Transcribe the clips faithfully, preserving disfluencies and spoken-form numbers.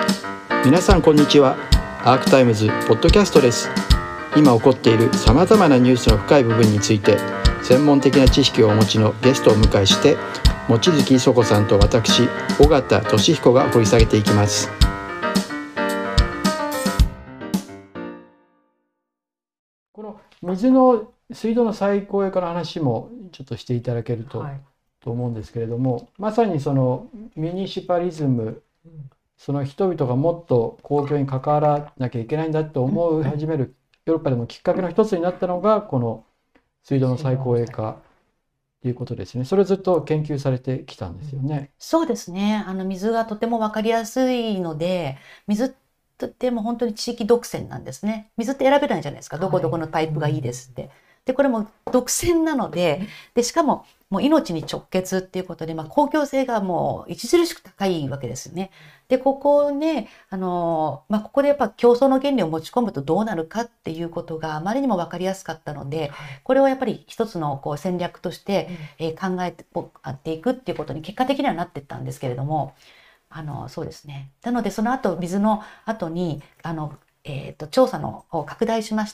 皆さんこんにちは。アークタイムズポッドキャストです。今起こっているさまざまなニュースの深い部分について専門的な知識をお持ちのゲストをお迎えして、望月磯子さんと私尾形俊彦が掘り下げていきます。この水の水道の再公営化の話もちょっとしていただけると、はい、と思うんですけれども、まさにそのミュニシパリズム、うん、その人々がもっと公共に関わらなきゃいけないんだと思い始めるヨーロッパでもきっかけの一つになったのがこの水道の再公営化ということですね。それをずっと研究されてきたんですよね。 そうですね。あの水がとても分かりやすいので、水ってもう本当に地域独占なんですね。水って選べないじゃないですか。どこどこのパイプがいいですって。はい、でこれも独占なので、でしかももう命に直結っていうことで、まあ、公共性がもう著しく高いわけですね。でここね、あのまあ、ここでやっぱ競争の原理を持ち込むとどうなるかっていうことがあまりにも分かりやすかったので、これをやっぱり一つのこう戦略として、えー、考えてっていくっていうことに結果的にはなっていったんですけれども、あのそうですね。なのでその後水の後にあのえー、と調査のを拡大しまして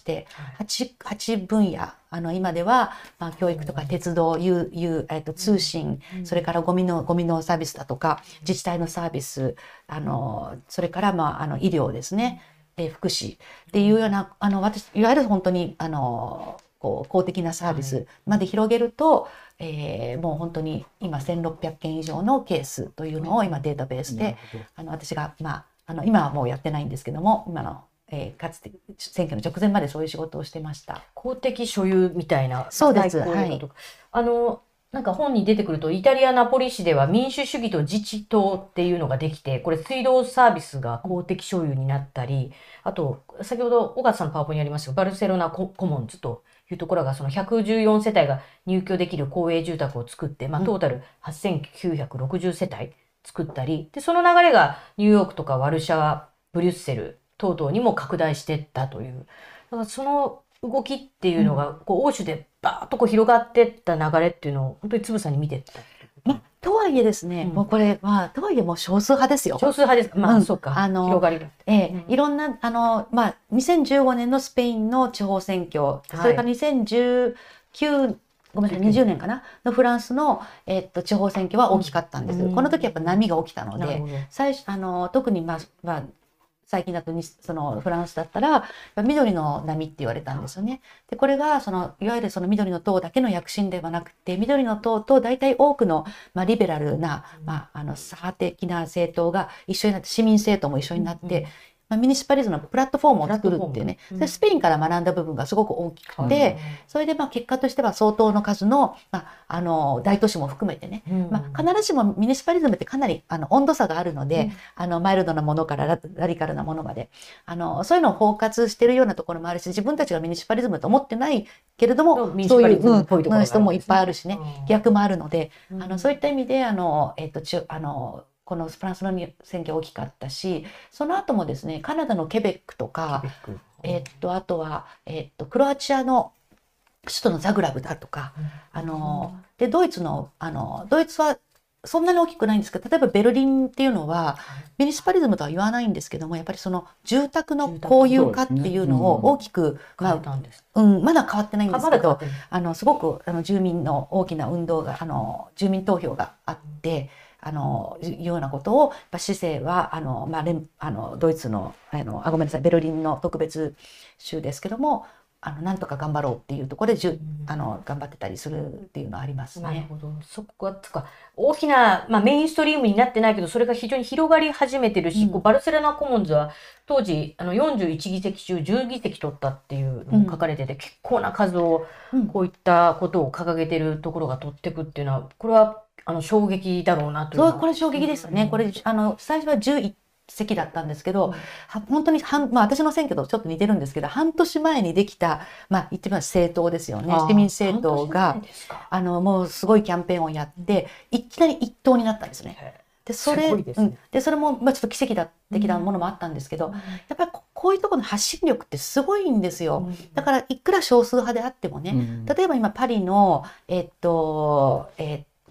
8, 8分野、あの今では、まあ、教育とか鉄道、ゆゆえー、と通信、それからゴミのゴミのサービスだとか自治体のサービス、あのそれから、まあ、あの医療ですね、で福祉っていうような、あの私いわゆる本当にあのこう公的なサービスまで広げると、えー、もう本当に今せんろっぴゃくけん以上のケースというのを今データベースで、あの私が、まあ、あの今はもうやってないんですけども、今のえー、かつて選挙の直前までそういう仕事をしてました。 公的所有みたいな。 そうです。はい。 あのなんか本に出てくると、イタリア・ナポリ市では民主主義と自治党っていうのができて、これ水道サービスが公的所有になったり、あと先ほど尾形さんのパワポにありましたが、バルセロナコモンズというところがそのひゃくじゅうよんせたいが入居できる公営住宅を作って、まあ、トータルはっせんきゅうひゃくろくじゅうせたい作ったり、でその流れがニューヨークとかワルシャワ、ブリュッセル等々にも拡大していったという、だからその動きっていうのがこう欧州でバーッとこう広がっていった流れっていうのを本当につぶさに見てった。 ま、とはいえですね、うん、もうこれはとはいえもう少数派ですよ。 少数派です。まあ、うん、そうか。あの広がりが、 ええ、うん、いろんなあのまあにせんじゅうごねんのスペインの地方選挙、はい、それからにせんじゅうきゅうごめんなさいにじゅうねんかなのフランスの、えっと、地方選挙は大きかったんです。うん、この時やっぱ波が起きたので、最初あの特にまあ、まあ最近だとにそのフランスだったら緑の波って言われたんですよね。でこれがそのいわゆるその緑の党だけの躍進ではなくて、緑の党と大体多くの、まあ、リベラルな、まあ、あの左派的な政党が一緒になって、市民政党も一緒になって、うんうん、まあ、ミニシパリズムのプラットフォームを作るっていうね、うん、でスペインから学んだ部分がすごく大きくて、うん、それでまあ結果としては相当の数の、まあ、あの大都市も含めてね、うん、まあ、必ずしもミニシパリズムってかなりあの温度差があるので、うん、あのマイルドなものからラ、ラディカルなものまで、あのそういうのを包括しているようなところもあるし、自分たちがミニシパリズムと思ってないけれども、そういう、うん、人もいっぱいあるしね、うん、逆もあるので、うん、あのそういった意味であの、えっと、ちあのこのフランスの選挙大きかったし、その後もですね、カナダのケベックとか、えっと、あとは、えっと、クロアチアの首都のザグラブだとか、うん、あのでドイツのあのドイツはそんなに大きくないんですけど、例えばベルリンっていうのはミニシパリズムとは言わないんですけども、やっぱりその住宅の公有化っていうのを大きく、まあ、うん、まだ変わってないんですけど、あのすごくあの住民の大きな運動が、あの住民投票があって、あのいうようなことを市政はあの、まあ、レあのドイツのあのあごめんなさいベルリンの特別州ですけども、あのなんとか頑張ろうっていうところでじゅ、うん、あの頑張ってたりするっていうのはありますね。 なるほど。そこはつか大きな、まあ、メインストリームになってないけど、それが非常に広がり始めてるし、うん、こうバルセロナコモンズは当時あのよんじゅういちぎせき中じゅうぎせき取ったっていうのを書かれてて、うん、結構な数をこういったことを掲げてるところが取っていくっていうのは、これはあの衝撃だろうなというのは。 そう、これ衝撃ですよね。うん、これあの最初はじゅういちせきだったんですけど、うん、本当に半、まあ、私の選挙とちょっと似てるんですけど、半年前にできた、まあ、言ってみます政党ですよね。市民政党があのもうすごいキャンペーンをやって、いきなり一党になったんですね。でそれ、ね、うん、でそれも、まあ、ちょっと奇跡だ的なものもあったんですけど、うん、やっぱりこういうところの発信力ってすごいんですよ。うん、だからいくら少数派であってもね、うん、例えば今パリのえっとえっと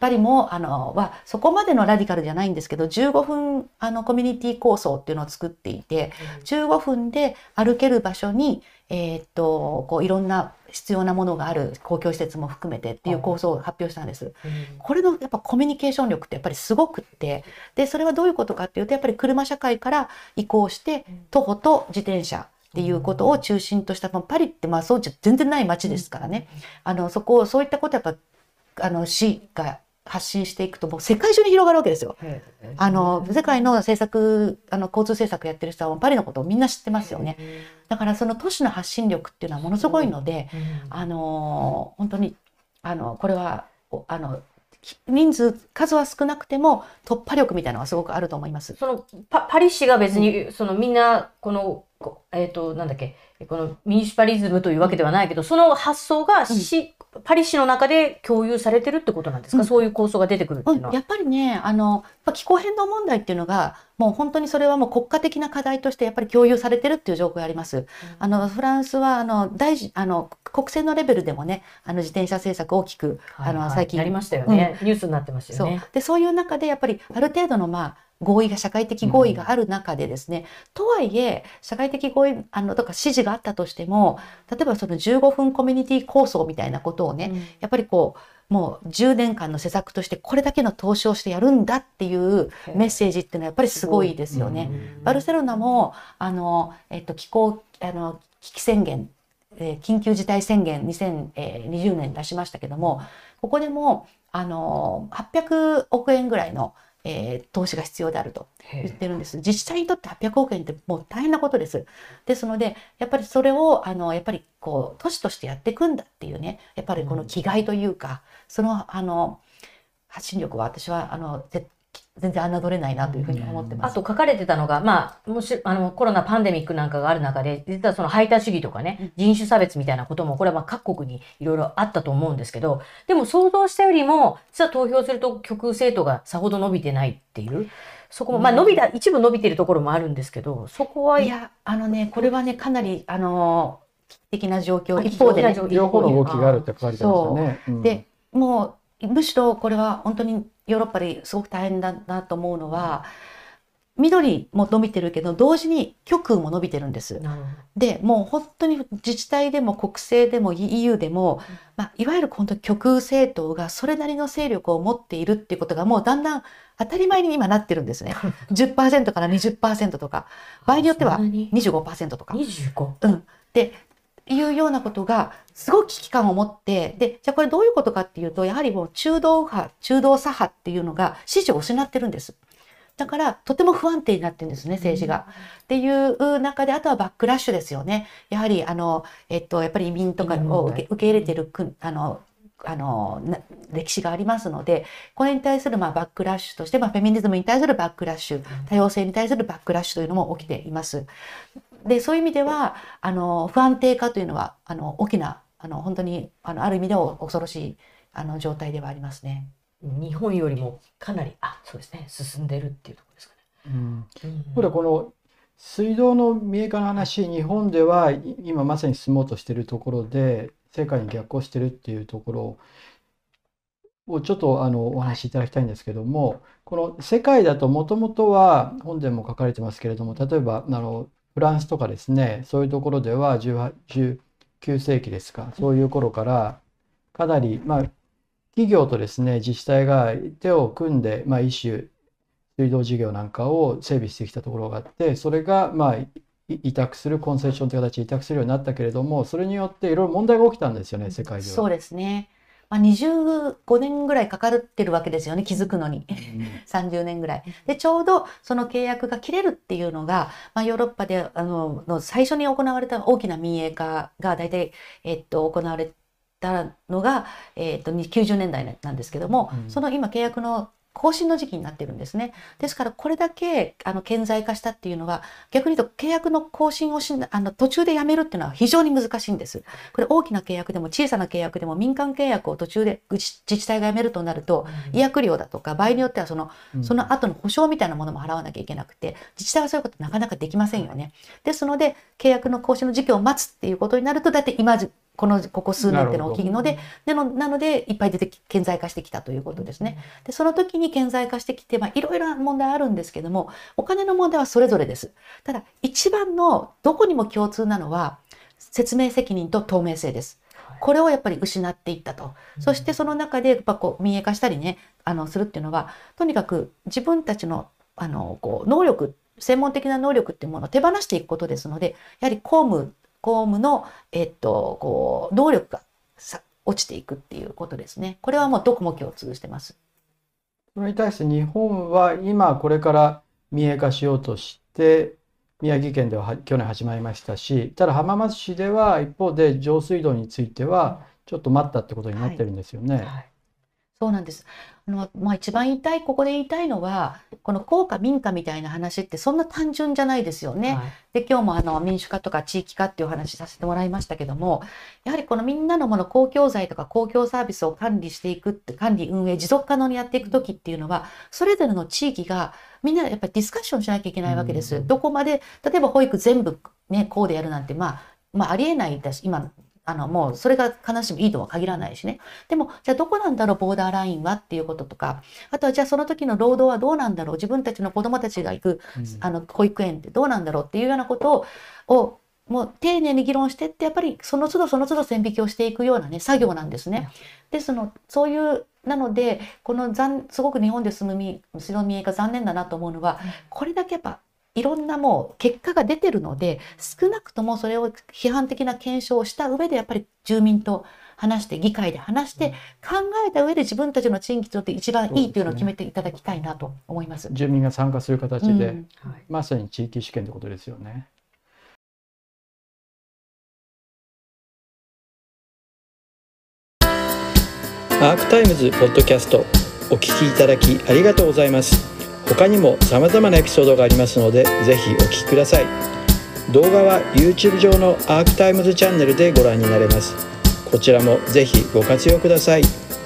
ぱりもうあのはそこまでのラディカルじゃないんですけど、じゅうごふんあのコミュニティ構想っていうのを作っていて、じゅうごふんで歩ける場所に、えー、っとこういろんな必要なものがある公共施設も含めてっていう構想を発表したんです。うん、これのやっぱコミュニケーション力ってやっぱりすごくって、でそれはどういうことかっていうと、やっぱり車社会から移行して徒歩と自転車っていうことを中心とした、まあ、パリってまあそうじゃ全然ない街ですからね、あのそこをそういったことやっぱあの市が発信していくともう世界中に広がるわけですよ。あの世界の政策あの交通政策やってる人はパリのことをみんな知ってますよね。だからその都市の発信力っていうのはものすごいので、あの本当にあのこれはあの人数数は少なくても突破力みたいなのはすごくあると思います。 その パ, パリ市が別に、うん、そのみんなこのえっ、ー、となんだっけこのミニシパリズムというわけではないけど、うん、その発想が市、うんパリ市の中で共有されてるってことなんですか、うん、そういう構想が出てくるっていうのは。 うん、やっぱりね、あの気候変動問題っていうのがもう本当にそれはもう国家的な課題としてやっぱり共有されてるっていう状況があります。うん、あのフランスはあの大事あの国政のレベルでもね、あの自転車政策大きく、はいはい、あの最近やりましたよね、うん、ニュースになってましたよね。 そうでそういう中でやっぱりある程度のまあ合意が社会的合意がある中でですね、うん、とはいえ社会的合意あのとか支持があったとしても、例えばそのじゅうごふんコミュニティ構想みたいなことをね、うん、やっぱりこうもうじゅうねんかんの施策としてこれだけの投資をしてやるんだっていうメッセージっていうのはやっぱりすごいですよね。うん、バルセロナもあの、えっと、気候あの危機宣言、えー、緊急事態宣言にせんにじゅうねん出しましたけども、ここでもあのはっぴゃくおくえんぐらいのえー、投資が必要であると言ってるんです。自治体にとってはっぴゃくおくえんってもう大変なことです。ですのでやっぱりそれをあのやっぱりこう都市としてやっていくんだっていうね、やっぱりこの気概というか、うん、そのあの発信力は私はあの絶全然侮れないなというふうに思ってます。 あと書かれてたのが、まあ、もしあのコロナパンデミックなんかがある中で、実はその排他主義とかね、人種差別みたいなことも、これはまあ各国にいろいろあったと思うんですけど、でも想像したよりも、実は投票すると極右政党がさほど伸びてないっていう、そこも、まあ伸びた、一部伸びてるところもあるんですけど、そこは。 いや、あのね、これはね、かなり、あの、危機的な状況、一方でね。 両方の動きがあるって書かれてましたね。 うん、で、もう、むしろこれは本当にヨーロッパですごく大変だなと思うのは、緑も伸びてるけど同時に極右も伸びてるんです。でもう本当に自治体でも国政でも イーユー でも、まあ、いわゆる本当に極右政党がそれなりの勢力を持っているっていうことがもうだんだん当たり前に今なってるんですね。じゅっパーセント から にじゅっパーセント とか場合によっては にじゅうごパーセント とか。 にじゅうご? うん。でいうようなことがすごく危機感を持って、でじゃあこれどういうことかっていうと、やはりもう中道派中道左派っていうのが支持を失ってるんです。だからとても不安定になってるんですね、政治が。っていう中で、あとはバックラッシュですよね。やはりあの、えっと、やっぱり移民とかを受け、受け入れてるあのあの歴史がありますので、これに対するまあバックラッシュとして、まあ、フェミニズムに対するバックラッシュ、多様性に対するバックラッシュというのも起きています。でそういう意味ではあの不安定化というのはあの大きなあの本当にあのある意味では恐ろしいあの状態ではありますね。 日本よりもかなりあそうですね進んでるっていうところですかね。 うんうん、これこの水道の見え方の話、日本では今まさに進もうとしているところで世界に逆行してるっていうところをちょっとあのお話しいただきたいんですけども、この世界だともともとは本でも書かれてますけれども、例えばあのフランスとかですね、そういうところではじゅうきゅうせいきですか、そういう頃からかなりまあ企業とですね自治体が手を組んで、まあ、一種水道事業なんかを整備してきたところがあって、それがまあ委託するコンセッションという形で委託するようになったけれども、それによっていろいろ問題が起きたんですよね、世界では。 そうですね。まあ、にじゅうごねんぐらいかかってるわけですよね、気づくのに。うん、さんじゅうねんぐらい。で、ちょうどその契約が切れるっていうのが、まあ、ヨーロッパであのの最初に行われた大きな民営化が大体、えっと、行われたのが、えっと、きゅうじゅうねんだいなんですけども、うん、その今契約の更新の時期になってるんですね。ですからこれだけあの顕在化したっていうのは、逆に言うと契約の更新をしあの途中でやめるっていうのは非常に難しいんです。これ大きな契約でも小さな契約でも民間契約を途中で自治体がやめるとなると、違約料だとか場合によってはその、その後の保証みたいなものも払わなきゃいけなくて、自治体はそういうことなかなかできませんよね。ですので契約の更新の時期を待つっていうことになると、だいたい今このここ数年っていうのが大きいので、なのなのでいっぱい出て顕在化してきたということですね。でその時に顕在化してきて、まあ、いろいろな問題あるんですけども、お金の問題はそれぞれです。ただ一番のどこにも共通なのは説明責任と透明性です。これをやっぱり失っていったと。そしてその中でやっぱこう民営化したりね、あのするっていうのは、とにかく自分たちのあのこう能力、専門的な能力っていうものを手放していくことですので、やはり公務公務のえっとこう能力がさ落ちていくっていうことですね。これはもうどこも共通してます。 それに対して日本は今これから民営化しようとして、宮城県では去年始まりましたし、ただ浜松市では一方で上水道についてはちょっと待ったってことになってるんですよね。はいはい、 そうなんです。あのまあ、一番言いたいここで言いたいのは、この公家民家みたいな話ってそんな単純じゃないですよね。はい、で今日もあの民主化とか地域化っていうお話させてもらいましたけども、やはりこのみんなのもの公共財とか公共サービスを管理していくって管理運営持続可能にやっていく時っていうのは、それぞれの地域がみんなやっぱりディスカッションしなきゃいけないわけです。うん、どこまで例えば保育全部ねこうでやるなんて、まあ、まあありえないだし、今あのもうそれが必ずしもいいとは限らないしね。でもじゃあどこなんだろうボーダーラインはっていうこととか、あとはじゃあその時の労働はどうなんだろう、自分たちの子どもたちが行く、うん、あの保育園ってどうなんだろうっていうようなことををもう丁寧に議論してって、やっぱりその都度その都度線引きをしていくようなね作業なんですね。でそのそういうなのでこの残すごく日本で住む民営化残念だなと思うのは、これだけやっぱいろんなもう結果が出てるので、少なくともそれを批判的な検証をした上でやっぱり住民と話して議会で話して考えた上で自分たちの地域にとって一番いいというのを決めていただきたいなと思います。 住民が参加する形で、うんはい、まさに地域主権ということですよね。アークタイムズポッドキャストお聞きいただきありがとうございます。他にも様々なエピソードがありますので、ぜひお聞きください。動画は YouTube 上のアークタイムズチャンネルでご覧になれます。こちらもぜひご活用ください。